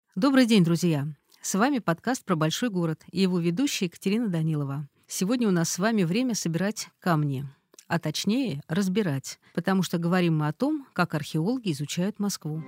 Добрый день, друзья! С вами подкаст про большой город и его ведущая Екатерина Данилова. Сегодня у нас с вами время собирать камни, а точнее разбирать, потому что говорим мы о том, как археологи изучают Москву.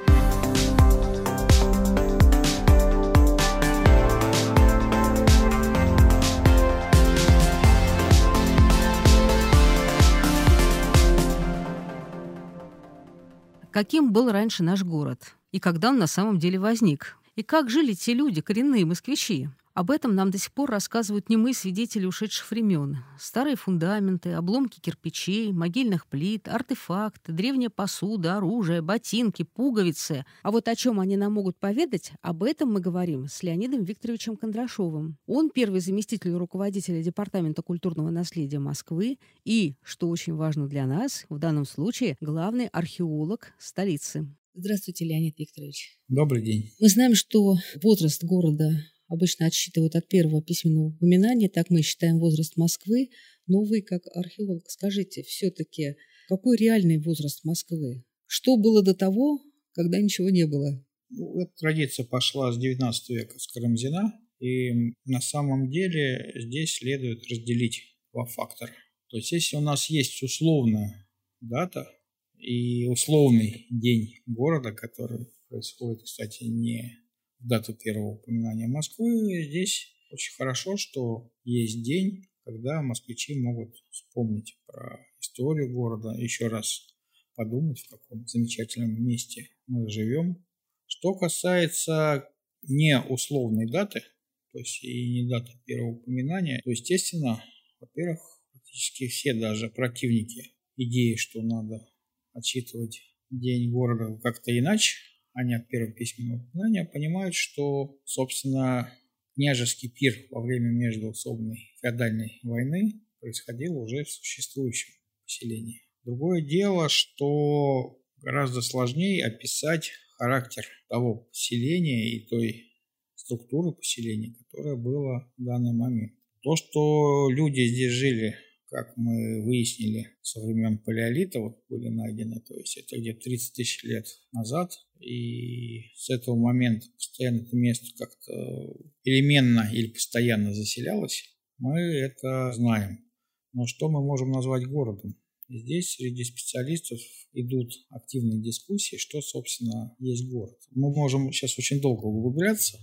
Каким был раньше наш город? И когда он на самом деле возник? И как жили те люди, коренные москвичи? Об этом нам до сих пор рассказывают немые свидетели ушедших времен. Старые фундаменты, обломки кирпичей, могильных плит, артефакты, древняя посуда, оружие, ботинки, пуговицы. А вот о чем они нам могут поведать, об этом мы говорим с Леонидом Викторовичем Кондрашовым. Он первый заместитель руководителя Департамента культурного наследия Москвы и, что очень важно для нас, в данном случае, главный археолог столицы. Здравствуйте, Леонид Викторович. Добрый день. Мы знаем, что возраст города обычно отсчитывают от первого письменного упоминания, так мы считаем возраст Москвы. Но вы, как археолог, скажите, все-таки, какой реальный возраст Москвы? Что было до того, когда ничего не было? Эта традиция пошла с XIX века, с Карамзина, и на самом деле здесь следует разделить два фактора. То есть если у нас есть условная дата и условный день города, который происходит, кстати, не в дату первого упоминания Москвы, здесь очень хорошо, что есть день, когда москвичи могут вспомнить про историю города, еще раз подумать, в каком замечательном месте мы живем. Что касается не условной даты, то есть и не даты первого упоминания, то, естественно, во-первых, практически все даже противники идеи, что надо отсчитывать день города как-то иначе, а не от первого письменного упоминания, понимают, что, собственно, княжеский пир во время междоусобной феодальной войны происходил уже в существующем поселении. Другое дело, что гораздо сложнее описать характер того поселения и той структуры поселения, которая была в данный момент. То, что люди здесь жили, как мы выяснили, со времен палеолита были найдены, то есть это где-то 30 тысяч лет назад, и с этого момента постоянно это место как-то переменно или постоянно заселялось, мы это знаем. Но что мы можем назвать городом? И здесь среди специалистов идут активные дискуссии, что, собственно, есть город. Мы можем сейчас очень долго углубляться.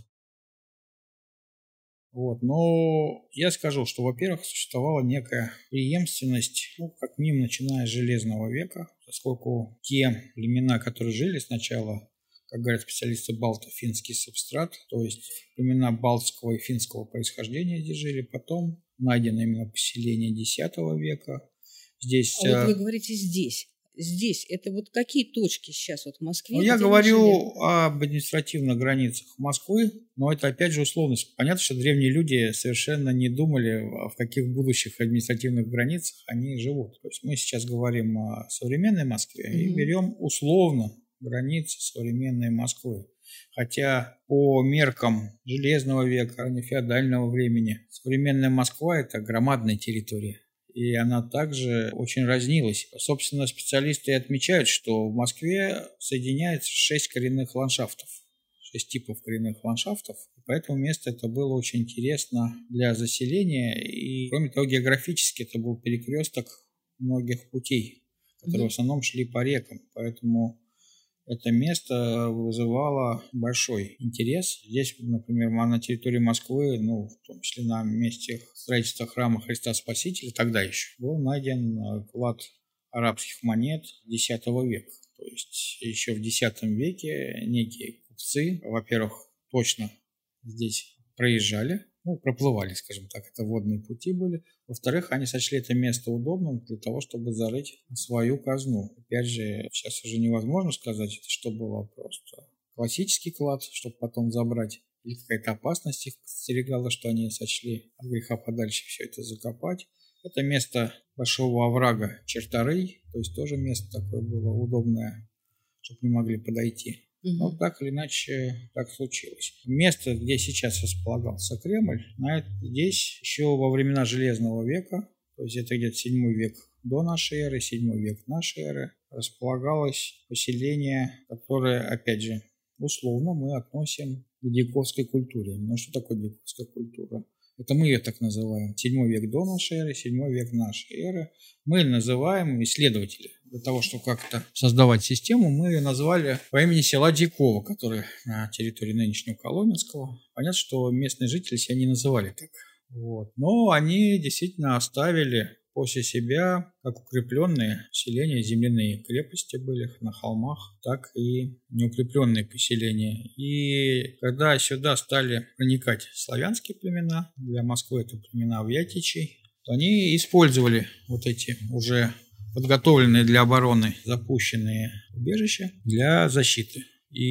Но я скажу, что, во-первых, существовала некая преемственность, как минимум, начиная с Железного века, поскольку те племена, которые жили сначала, как говорят специалисты, балто-финский субстрат, то есть племена балтского и финского происхождения здесь жили, потом найдено именно поселение X века. Здесь... А вот вы говорите «здесь». Здесь это вот какие точки сейчас в Москве? Я говорю об административных границах Москвы, но это опять же условность. Понятно, что древние люди совершенно не думали, в каких будущих административных границах они живут. То есть мы сейчас говорим о современной Москве и берем условно границы современной Москвы. Хотя по меркам Железного века, а не феодального времени, современная Москва – это громадная территория. И она также очень разнилась. Собственно, специалисты отмечают, что в Москве соединяется 6 коренных ландшафтов, 6 типов коренных ландшафтов. Поэтому место это было очень интересно для заселения. И, кроме того, географически это был перекресток многих путей, которые в основном шли по рекам. Поэтому это место вызывало большой интерес. Здесь, например, на территории Москвы, в том числе на месте строительства храма Христа Спасителя, тогда еще был найден клад арабских монет X века. То есть еще в X веке некие купцы, во-первых, точно здесь проезжали, проплывали, скажем так, это водные пути были. Во-вторых, они сочли это место удобным для того, чтобы зарыть свою казну. Опять же, сейчас уже невозможно сказать, что было просто классический клад, чтобы потом забрать, или какая-то опасность их подстерегала, что они сочли от греха подальше все это закопать. Это место большого оврага Черторый, то есть тоже место такое было удобное, чтобы не могли подойти. Но так или иначе так случилось. Место, где сейчас располагался Кремль, здесь еще во времена Железного века, то есть это где-то 7 век до нашей эры, 7 век нашей эры, располагалось поселение, которое, опять же, условно мы относим к дьяковской культуре. Но что такое дьяковская культура? Это мы ее так называем. 7 век до нашей эры, 7 век нашей эры. Мы называем исследователи. Для того, чтобы как-то создавать систему, мы ее назвали по имени села Дьяково, которое на территории нынешнего Коломенского. Понятно, что местные жители себя не называли так. Вот. Но они действительно оставили после себя как укрепленные поселения, земляные крепости были на холмах, так и неукрепленные поселения. И когда сюда стали проникать славянские племена, для Москвы это племена Вятичей, то они использовали вот эти уже подготовленные для обороны запущенные убежища для защиты.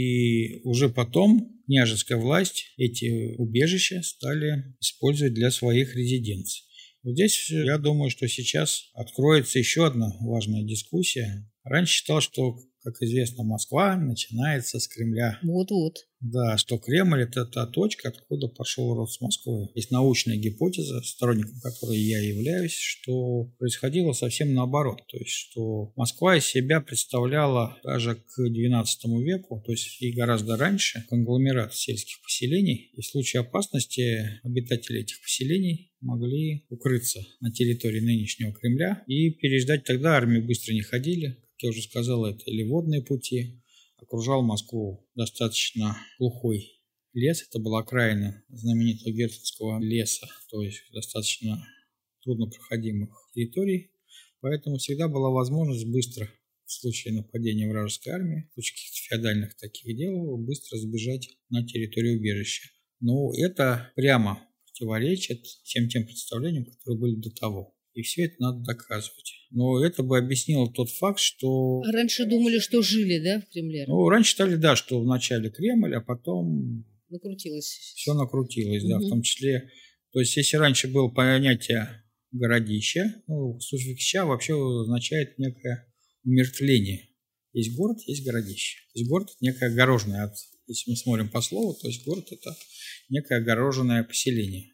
И уже потом княжеская власть эти убежища стали использовать для своих резиденций. Вот здесь, я думаю, что сейчас откроется еще одна важная дискуссия. Раньше считал, что, как известно, Москва начинается с Кремля. Вот-вот. Да, что Кремль – это та точка, откуда пошел род с Москвы. Есть научная гипотеза, сторонником которой я являюсь, что происходило совсем наоборот. То есть, что Москва из себя представляла даже к XII веку, то есть и гораздо раньше, конгломерат сельских поселений. И в случае опасности обитатели этих поселений могли укрыться на территории нынешнего Кремля и переждать. Тогда армии быстро не ходили. Как я уже сказал, это или водные пути. Окружал Москву достаточно глухой лес. Это была окраина знаменитого Герценского леса, то есть достаточно труднопроходимых территорий. Поэтому всегда была возможность быстро, в случае нападения вражеской армии, в случае каких-то феодальных таких дел, быстро сбежать на территорию убежища. Но это прямо противоречит всем тем представлениям, которые были до того. И все это надо доказывать. Но это бы объяснило тот факт, что... А раньше думали, что жили, да, в Кремле? Ну, раньше считали, да, что вначале Кремль, а потом... Накрутилось. Все накрутилось, да, в том числе... То есть, если раньше было понятие городища, ну, суффикс вообще означает некое умертвление. Есть город, есть городище. То есть город – это некое огороженное, если мы смотрим по слову, то есть город – это некое огороженное поселение.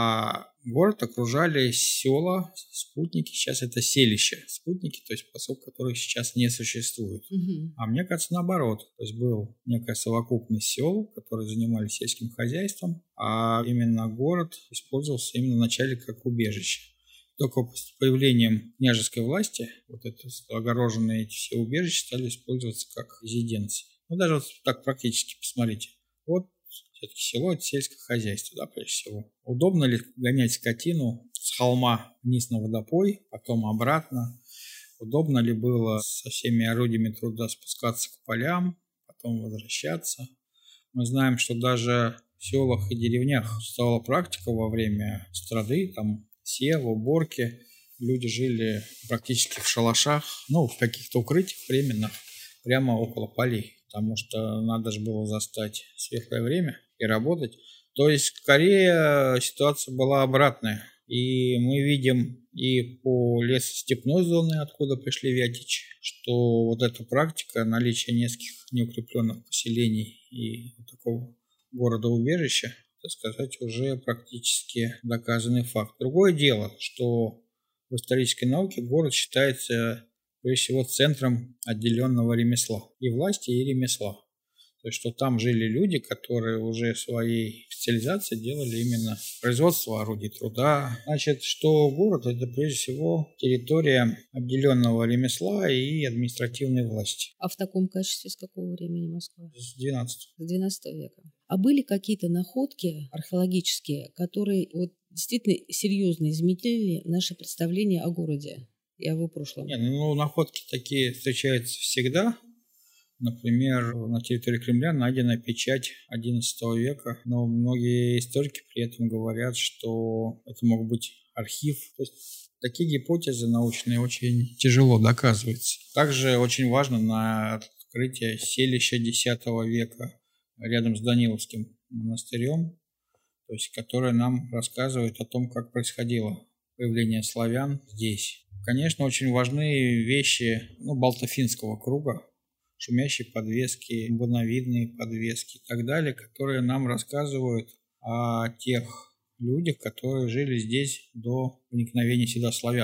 А город окружали села, спутники, сейчас это селища, спутники, то есть поселок, которых сейчас не существует. А мне кажется, наоборот, то есть был некая совокупность сел, которые занимались сельским хозяйством, а именно город использовался именно вначале как убежище. Только с появлением княжеской власти вот это огороженные эти все убежища стали использоваться как резиденции. Ну, даже вот так практически посмотрите. Вот все-таки село – это сельское хозяйство, да, прежде всего. Удобно ли гонять скотину с холма вниз на водопой, потом обратно? Удобно ли было со всеми орудиями труда спускаться к полям, потом возвращаться? Мы знаем, что даже в селах и деревнях существовала практика во время страды, там, сева, уборки. Люди жили практически в шалашах, ну, в каких-то укрытиях временных, прямо около полей. Потому что надо же было застать светлое время и работать. То есть, скорее, ситуация была обратная. И мы видим и по лесостепной зоне, откуда пришли вятичи, что вот эта практика наличия нескольких неукрепленных поселений и вот такого города-убежища, так сказать, уже практически доказанный факт. Другое дело, что в исторической науке город считается прежде всего центром отделенного ремесла. И власти, и ремесла. То есть, что там жили люди, которые уже своей специализацией делали именно производство орудий труда. Значит, что город – это прежде всего территория отделенного ремесла и административной власти. А в таком качестве с какого времени Москва? С 12. С 12 века. А были какие-то находки археологические, которые вот действительно серьезно изменили наше представление о городе и о его прошлом? Нет, ну, находки такие встречаются всегда. Например, на территории Кремля найдена печать XI века, но многие историки при этом говорят, что это мог быть архив. То есть такие гипотезы научные очень тяжело доказываются. Также очень важно на открытие селища X века рядом с Даниловским монастырем, то есть которое нам рассказывает о том, как происходило появление славян здесь. Конечно, очень важны вещи Балто-Финского круга, шумящие подвески, боновидные подвески и так далее, которые нам рассказывают о тех людях, которые жили здесь до проникновения сюда славян. Мы как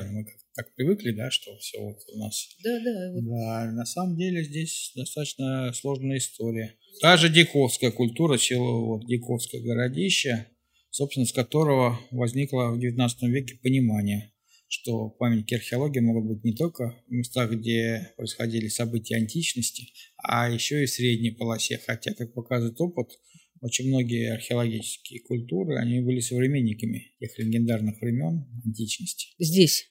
так привыкли, да, что все вот у нас. Да. Да, на самом деле здесь достаточно сложная история. Та же Диковская культура, село вот Диковское городище, собственно, с которого возникло в XIX веке понимание, что памятники археологии могут быть не только в местах, где происходили события античности, а еще и в средней полосе. Хотя, как показывает опыт, очень многие археологические культуры, они были современниками тех легендарных времен античности. Здесь.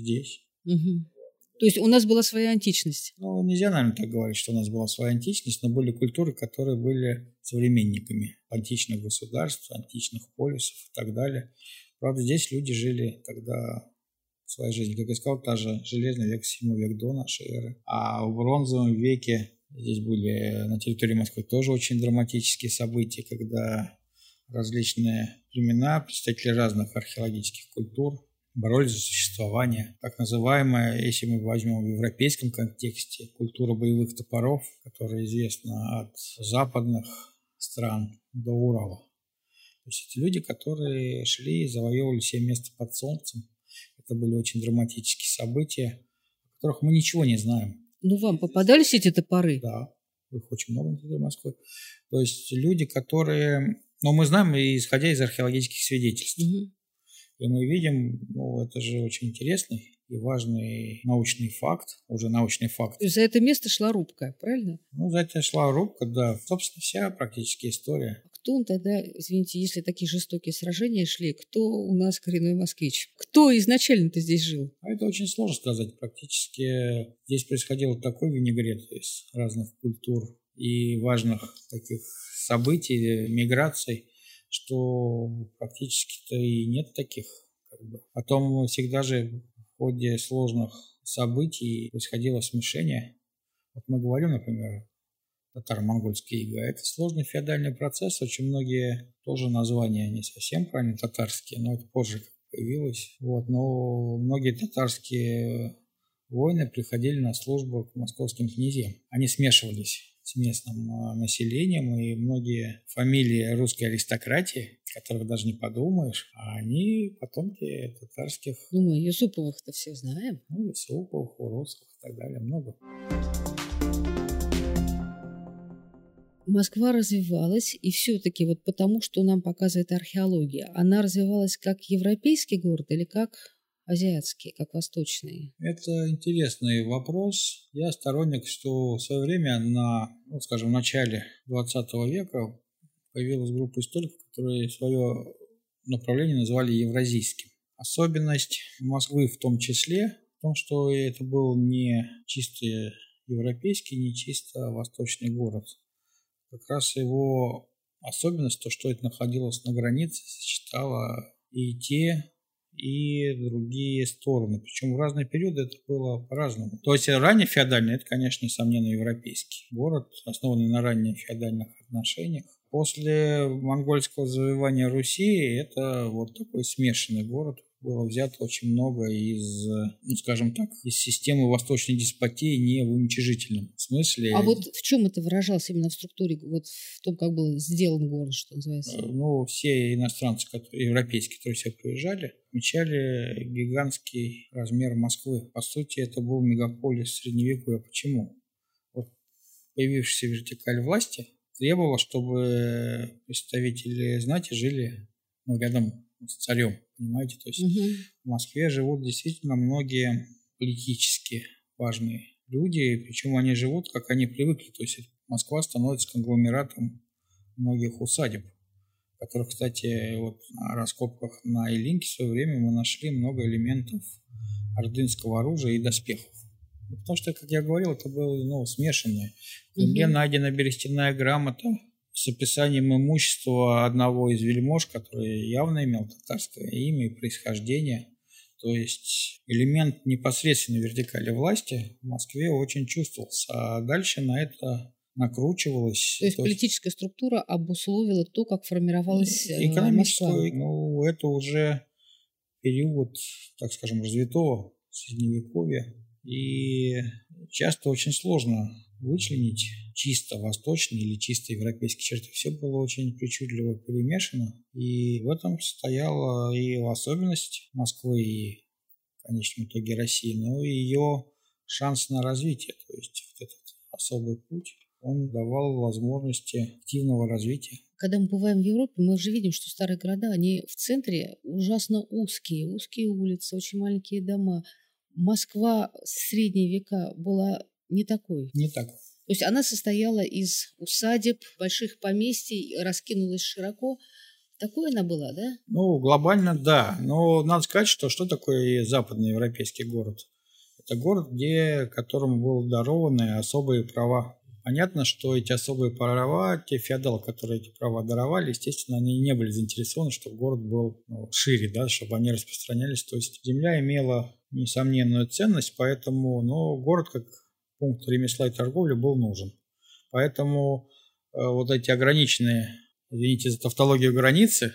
Угу. То есть у нас была своя античность. Ну, нельзя, наверное, так говорить, что у нас была своя античность, но были культуры, которые были современниками античных государств, античных полисов и так далее. Правда, здесь люди жили тогда своей жизнью. Как я сказал, та же Железный век, 7 век до нашей эры. А в Бронзовом веке здесь были на территории Москвы тоже очень драматические события, когда различные племена, представители разных археологических культур боролись за существование. Так называемая, если мы возьмем в европейском контексте, культура боевых топоров, которая известна от западных стран до Урала. То есть это люди, которые шли и завоевывали себе место под солнцем. Это были очень драматические события, о которых мы ничего не знаем. Ну, вам попадались эти топоры? Да, их очень много на территории Москвы. То есть люди, которые... Но мы знаем, исходя из археологических свидетельств. Угу. И мы видим, это же очень интересный и важный научный факт, уже научный факт. То есть за это место шла рубка, правильно? За это шла рубка, да. Собственно, вся практически история. Кто он тогда, извините, если такие жестокие сражения шли, кто у нас коренной москвич? Кто изначально-то здесь жил? А это очень сложно сказать. Практически здесь происходил такой винегрет из разных культур и важных таких событий, миграций, что практически-то и нет таких. Потом всегда же в ходе сложных событий происходило смешение. Вот мы говорим, например, татаро-монгольская ига. Это сложный феодальный процесс. Очень многие тоже названия не совсем правильно татарские, но это позже появилось. Но многие татарские воины приходили на службу к московским князьям. Они смешивались с местным населением, и многие фамилии русской аристократии, которых даже не подумаешь, а они потомки татарских. Мы Юсуповых-то все знаем. Юсуповых, Урусовых и так далее, много. Москва развивалась, и все-таки потому, что нам показывает археология, она развивалась как европейский город или как азиатский, как восточный? Это интересный вопрос. Я сторонник, что в свое время в начале 20 века появилась группа историков, которые свое направление называли евразийским. Особенность Москвы в том числе в том, что это был не чисто европейский, не чисто восточный город. Как раз его особенность, то, что это находилось на границе, сочетало и те, и другие стороны. Причем в разные периоды это было по-разному. То есть ранее феодальный, это, конечно, несомненно, европейский город, основанный на ранних феодальных отношениях. После монгольского завоевания Руси это такой смешанный город. Было взято очень много из системы восточной деспотии не в уничижительном смысле. А в чем это выражалось именно в структуре, в том, как был сделан город, что называется? Все иностранцы, европейские, которые сюда приезжали, отмечали гигантский размер Москвы. По сути, это был мегаполис Средневековья. Почему? Появившаяся вертикаль власти требовала, чтобы представители знати жили рядом с царем, понимаете? То есть в Москве живут действительно многие политически важные люди, причем они живут, как они привыкли. То есть Москва становится конгломератом многих усадеб, в которых, кстати, на раскопках на Илинке в свое время мы нашли много элементов ордынского оружия и доспехов. Потому что, как я говорил, это было смешанное. В Кремле найдена берестяная грамота с описанием имущества одного из вельмож, который явно имел татарское имя и происхождение. То есть элемент непосредственной вертикали власти в Москве очень чувствовался, а дальше на это накручивалось. То есть политическая структура обусловила то, как формировалась экономическую, Москва. Это уже период, так скажем, развитого Средневековья. И часто очень сложно вычленить чисто восточные или чисто европейские черты. Все было очень причудливо перемешано. И в этом состояла и особенность Москвы, и в конечном итоге России, но и ее шанс на развитие. То есть вот этот особый путь, он давал возможности активного развития. Когда мы бываем в Европе, мы уже видим, что старые города, они в центре ужасно узкие улицы, очень маленькие дома. Москва в средние века была не такой. Не так. То есть она состояла из усадеб, больших поместий, раскинулась широко. Такой она была, да? Ну, глобально, да. Но надо сказать, что такое западноевропейский город. Это город, которому были дарованы особые права. Понятно, что эти особые права, те феодалы, которые эти права даровали, естественно, они не были заинтересованы, чтобы город был шире, да, чтобы они распространялись. То есть земля имела несомненную ценность, поэтому город как пункт ремесла и торговли был нужен. Поэтому вот эти ограниченные, извините за тавтологию, границы,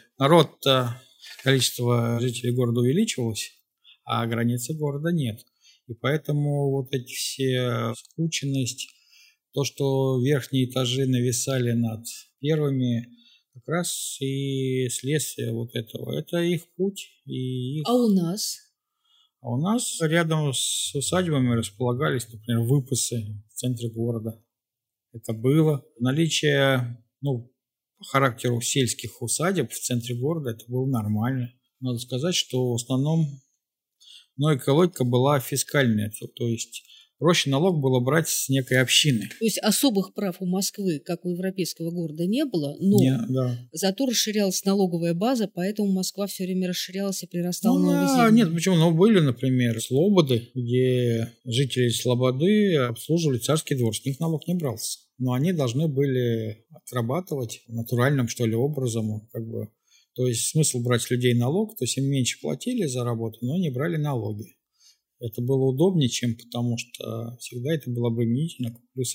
количество жителей города увеличивалось, а границы города нет. И поэтому вот эти все скученность, то, что верхние этажи нависали над первыми, как раз и следствие вот этого. Это их путь. А у нас? А у нас рядом с усадьбами располагались, например, выпасы в центре города. Это было. Наличие, по характеру сельских усадеб в центре города, это было нормально. Надо сказать, что в основном экология была фискальная, то есть проще налог было брать с некой общины. То есть особых прав у Москвы, как у европейского города, не было, но зато расширялась налоговая база, поэтому Москва все время расширялась и прирастала новой земли. Нет, почему? Были, например, слободы, где жители слободы обслуживали царский двор, с них налог не брался. Но они должны были отрабатывать натуральным, что ли, образом, То есть смысл брать с людей налог, то есть им меньше платили за работу, но не брали налоги. Это было удобнее, потому что всегда это было обременительно, плюс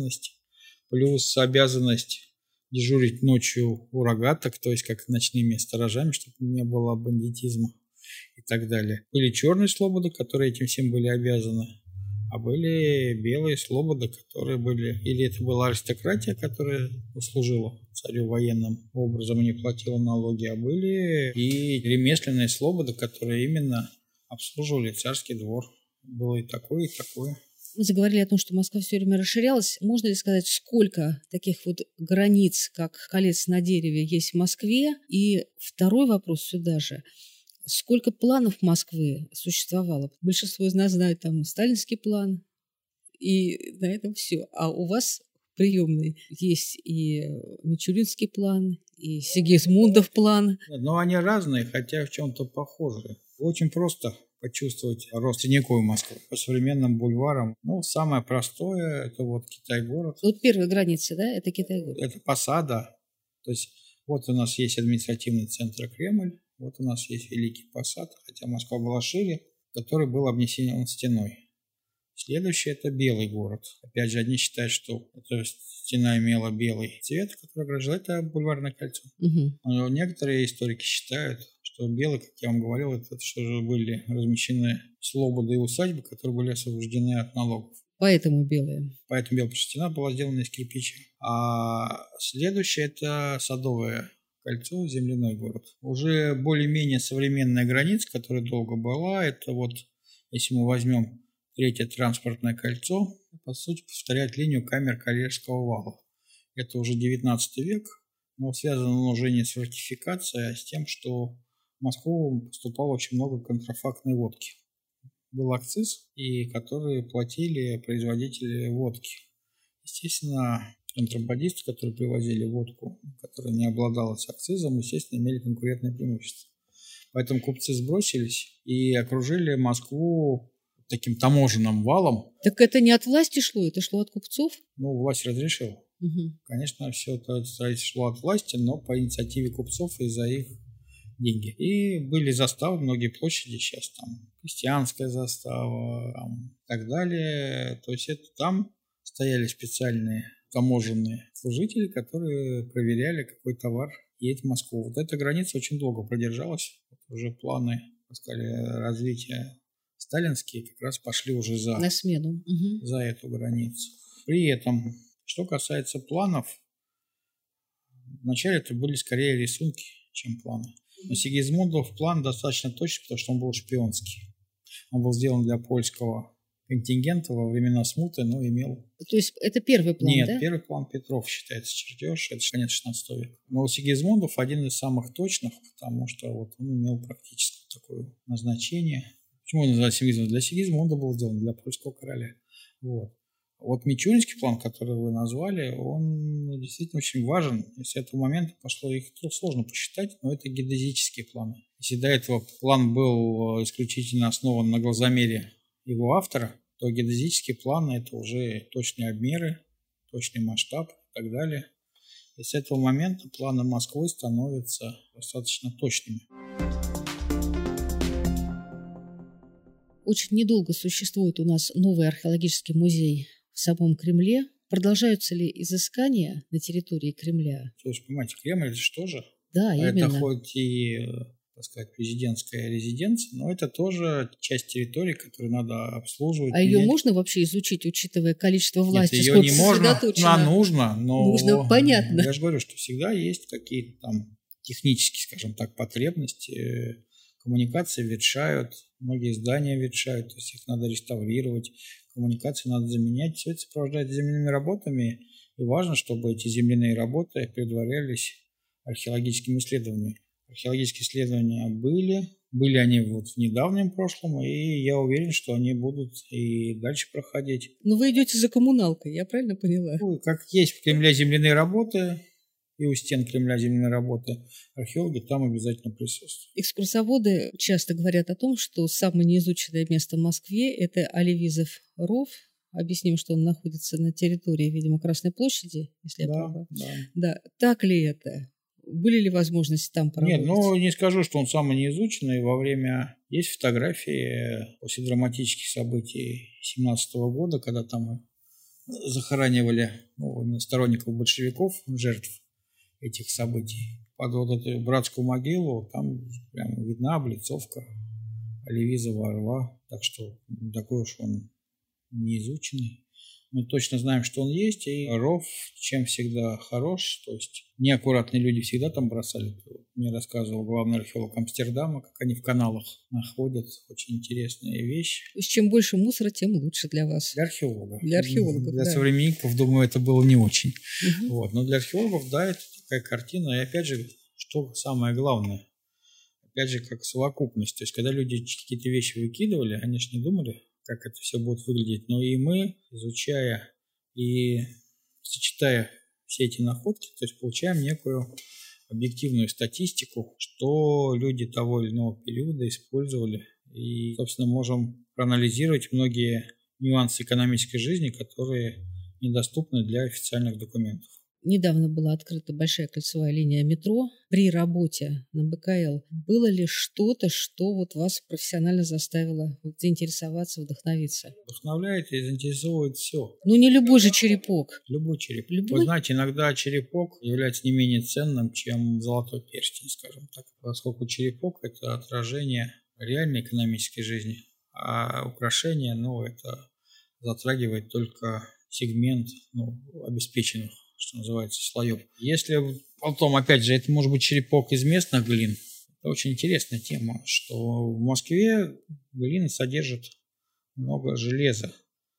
обязанность дежурить ночью у рогаток, то есть как ночными сторожами, чтобы не было бандитизма и так далее. Были черные слободы, которые этим всем были обязаны, а были белые слободы, которые были... Или это была аристократия, которая служила царю военным образом и не платила налоги, а были и ремесленные слободы, которые именно обслуживали царский двор. Было и такое, и такое. Мы заговорили о том, что Москва все время расширялась. Можно ли сказать, сколько таких вот границ, как колец на дереве, есть в Москве? И второй вопрос сюда же. Сколько планов Москвы существовало? Большинство из нас знают там сталинский план, и на этом все. А у вас в приемной есть и Мичуринский план, и Сигизмундов план. Но они разные, хотя в чем-то похожи. Очень просто почувствовать рост средневековой Москвы по современным бульварам. Самое простое – это Китай-город. Вот первая граница, да, это Китай-город. Это Посада. То есть вот у нас есть административный центр Кремль, вот у нас есть Великий Посад, хотя Москва была шире, который был обнесен стеной. Следующий – это Белый город. Опять же, одни считают, что эта стена имела белый цвет, который ограждал. Это бульварное кольцо. Но некоторые историки считают, что белый, как я вам говорил, это что же были размещены слободы и усадьбы, которые были освобождены от налогов. Поэтому белые. Поэтому белая стена была сделана из кирпича. А следующее – это Садовое кольцо, земляной город. Уже более-менее современная граница, которая долго была, это если мы возьмем Третье транспортное кольцо, по сути, повторяет линию камер Калежского вала. Это уже 19 век, но связано оно уже не с фортификацией, а с тем, что в Москву поступало очень много контрафактной водки. Был акциз, и которые платили производители водки. Естественно, контрабандисты, которые привозили водку, которая не обладала с акцизом, естественно, имели конкурентное преимущество. Поэтому купцы сбросились и окружили Москву таким таможенным валом. Так это не от власти шло, это шло от купцов? Власть разрешила. Конечно, все это шло от власти, но по инициативе купцов и за их деньги. И были заставы, многие площади сейчас там, Крестьянская застава и так далее. То есть это там стояли специальные таможенные служители, которые проверяли, какой товар едет в Москву. Вот эта граница очень долго продержалась. Уже планы, так сказать, развития сталинские как раз пошли уже на смену. За эту границу. При этом, что касается планов, вначале это были скорее рисунки, чем планы. Но Сигизмундов план достаточно точный, потому что он был шпионский. Он был сделан для польского контингента во времена смуты, но имел... То есть это первый план, Нет, да? первый план Петров считается чертеж, это конец 16 века. Но у Сигизмундов один из самых точных, потому что вот он имел практически такое назначение. Почему он называется Сигизмунд? Для Сигизмунда был сделан, для польского короля. Вот Мичуринский план, который вы назвали, он действительно очень важен. И с этого момента пошло, их сложно посчитать, но это геодезические планы. Если до этого план был исключительно основан на глазомере его автора, то геодезические планы – это уже точные обмеры, точный масштаб и так далее. И с этого момента планы Москвы становятся достаточно точными. Очень недолго существует у нас новый археологический музей в самом Кремле. Продолжаются ли изыскания на территории Кремля? То есть, понимаете, Кремль – это что же? Да, это именно. Хоть и, так сказать, президентская резиденция, но это тоже часть территории, которую надо обслуживать. А ее можно вообще изучить, учитывая количество власти? Нет, ее сколько не можно, сосредоточено? нужно, но... Нужно, понятно. Я же говорю, что всегда есть какие-то там технические, скажем так, потребности. Коммуникации ветшают, многие здания ветшают, то есть их надо реставрировать, коммуникации надо заменять. Все это сопровождается земляными работами, и важно, чтобы эти земляные работы предварялись археологическими исследованиями. Археологические исследования были они вот в недавнем прошлом, и я уверен, что они будут и дальше проходить. Но вы идете за коммуналкой, я правильно поняла? Как есть в Кремле земляные работы, и у стен Кремля земляные работы, археологи там обязательно присутствуют. Экскурсоводы часто говорят о том, что самое неизученное место в Москве – это Оливизов ров. Объясним, что он находится на территории, видимо, Красной площади, если я права. Да. Так ли это? Были ли возможности там поработать? Нет, не скажу, что он самый неизученный. Во время... Есть фотографии после драматических событий 17 года, когда там захоранивали сторонников большевиков, жертв этих событий. Под вот эту братскую могилу там прямо видна облицовка Оливизова рва. Так что такой уж он неизученный. Мы точно знаем, что он есть, и ров чем всегда хорош, то есть неаккуратные люди всегда там бросали. Мне рассказывал главный археолог Амстердама, как они в каналах находят очень интересные вещи. То есть чем больше мусора, тем лучше для вас. Для археолога. Для археологов, Для да. современников, думаю, это было не очень. Но для археологов, да, это такая картина. И опять же, что самое главное, опять же, как совокупность. То есть, когда люди какие-то вещи выкидывали, они же не думали, как это все будет выглядеть. Но и мы, изучая и сочетая все эти находки, то есть получаем некую объективную статистику, что люди того или иного периода использовали. И, собственно, можем проанализировать многие нюансы экономической жизни, которые недоступны для официальных документов. Недавно была открыта большая кольцевая линия метро. При работе на БКЛ было ли что-то, что вот вас профессионально заставило заинтересоваться, вдохновиться? Вдохновляет и заинтересовывает все. Ну, не любой же черепок. Любой черепок. Любой? Вы знаете, иногда черепок является не менее ценным, чем золотой перстень, скажем так. Поскольку черепок – это отражение реальной экономической жизни, а украшение, это затрагивает только сегмент обеспеченных, что называется, слоев. Если потом, опять же, это может быть черепок из местных глин, это очень интересная тема, что в Москве глины содержат много железа.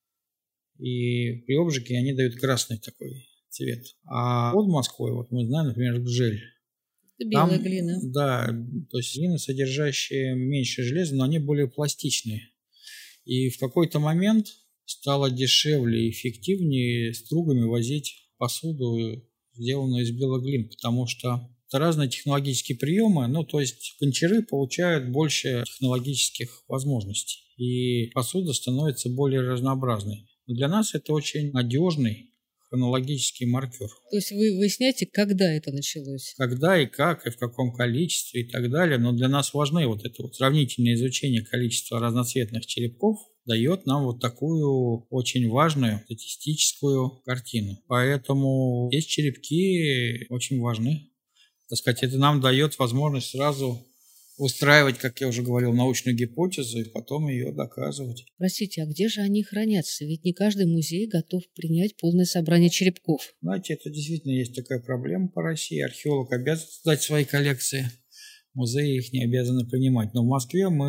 И при обжиге они дают красный такой цвет. А под Москвой, мы знаем, например, Гжель. Это белая глина. Да, то есть глины, содержащие меньше железа, но они более пластичные. И в какой-то момент стало дешевле и эффективнее стругами возить посуду, сделанную из белых глин, потому что это разные технологические приемы, то есть гончары получают больше технологических возможностей, и посуда становится более разнообразной. Но для нас это очень надежный хронологический маркер. То есть вы выясняете, когда это началось? Когда и как, и в каком количестве и так далее, но для нас важны это сравнительное изучение количества разноцветных черепков, дает нам такую очень важную статистическую картину. Поэтому здесь черепки очень важны. Так сказать, это нам дает возможность сразу устраивать, как я уже говорил, научную гипотезу и потом ее доказывать. Простите, а где же они хранятся? Ведь не каждый музей готов принять полное собрание черепков. Знаете, это действительно есть такая проблема по России. Археолог обязан сдать свои коллекции. Музеи их не обязаны принимать. Но в Москве мы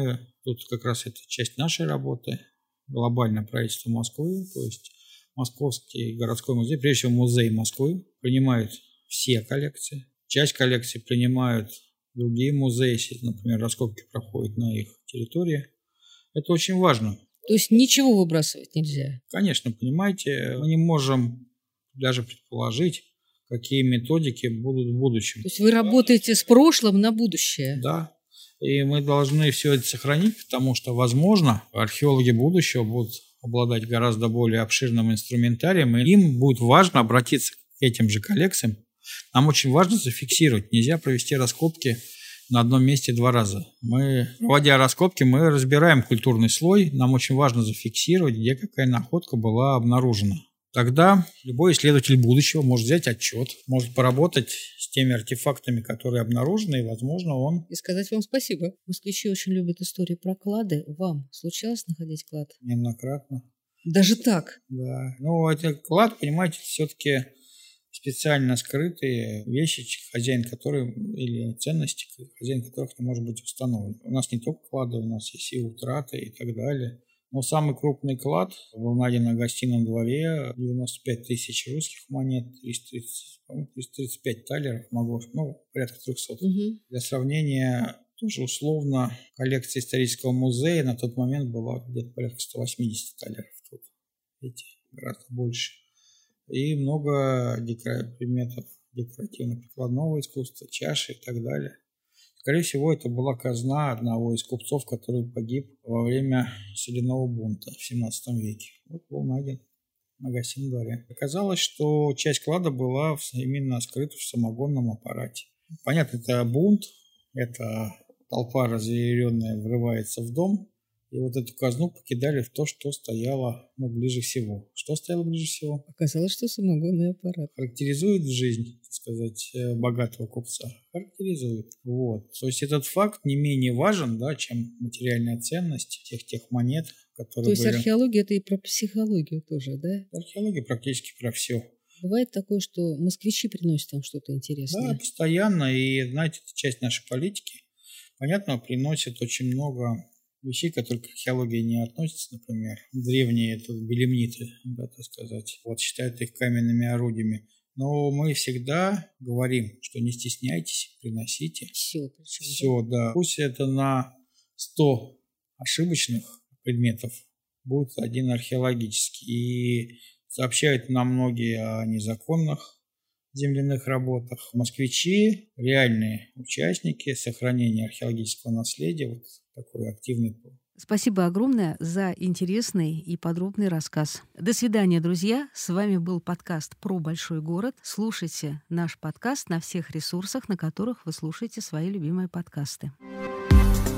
Тут как раз это часть нашей работы, глобальное правительство Москвы, то есть Московский городской музей, прежде всего музей Москвы, принимает все коллекции. Часть коллекций принимают другие музеи, если, например, раскопки проходят на их территории. Это очень важно. То есть ничего выбрасывать нельзя? Конечно, понимаете, мы не можем даже предположить, какие методики будут в будущем. То есть вы работаете с прошлым на будущее? Да. И мы должны все это сохранить, потому что, возможно, археологи будущего будут обладать гораздо более обширным инструментарием, и им будет важно обратиться к этим же коллекциям. Нам очень важно зафиксировать. Нельзя провести раскопки на одном месте 2 раза. Проводя раскопки, мы разбираем культурный слой. Нам очень важно зафиксировать, где какая находка была обнаружена. Тогда любой исследователь будущего может взять отчет, может поработать с теми артефактами, которые обнаружены, и, возможно, он... И сказать вам спасибо. Москвичи очень любят истории про клады. Вам случалось находить клад? Неоднократно. Даже так? Да. Ну, это клад, понимаете, все-таки специально скрытые вещи, хозяин которых, или ценности, хозяин которых не может быть установлен. У нас не только клады, у нас есть и утраты и так далее. Но самый крупный клад был найден на Гостином дворе, 95 тысяч русских монет, 335 талеров, порядка 300. Для сравнения, тоже условно, коллекция исторического музея на тот момент была где-то порядка 180 талеров. Тут, видите, гораздо больше. И много предметов декоративно-прикладного искусства, чаши и так далее. Скорее всего, это была казна одного из купцов, который погиб во время соляного бунта в 17 веке. Вот был найден на Гостином дворе. Оказалось, что часть клада была именно скрыта в самогонном аппарате. Понятно, это бунт, это толпа разъяренная врывается в дом, и вот эту казну покидали в то, что стояло ближе всего. Что стояло ближе всего? Оказалось, что самогонный аппарат. Характеризует жизнь, так сказать, богатого купца. Характеризует. Вот. То есть этот факт не менее важен, да, чем материальная ценность всех тех монет, которые были. То есть археология – это и про психологию тоже, да? Археология практически про все. Бывает такое, что москвичи приносят вам что-то интересное? Да, постоянно. И, знаете, это часть нашей политики. Понятно, приносят очень много вещей, которые к археологии не относятся, например, древние белемниты, да, так сказать, считают их каменными орудиями. Но мы всегда говорим, что не стесняйтесь, приносите. Все, да. Пусть это на 100 ошибочных предметов будет 1 археологический. И сообщают нам многие о незаконных земляных работах. Москвичи – реальные участники сохранения археологического наследия, такой активный. Спасибо огромное за интересный и подробный рассказ. До свидания, друзья. С вами был подкаст про большой город. Слушайте наш подкаст на всех ресурсах, на которых вы слушаете свои любимые подкасты.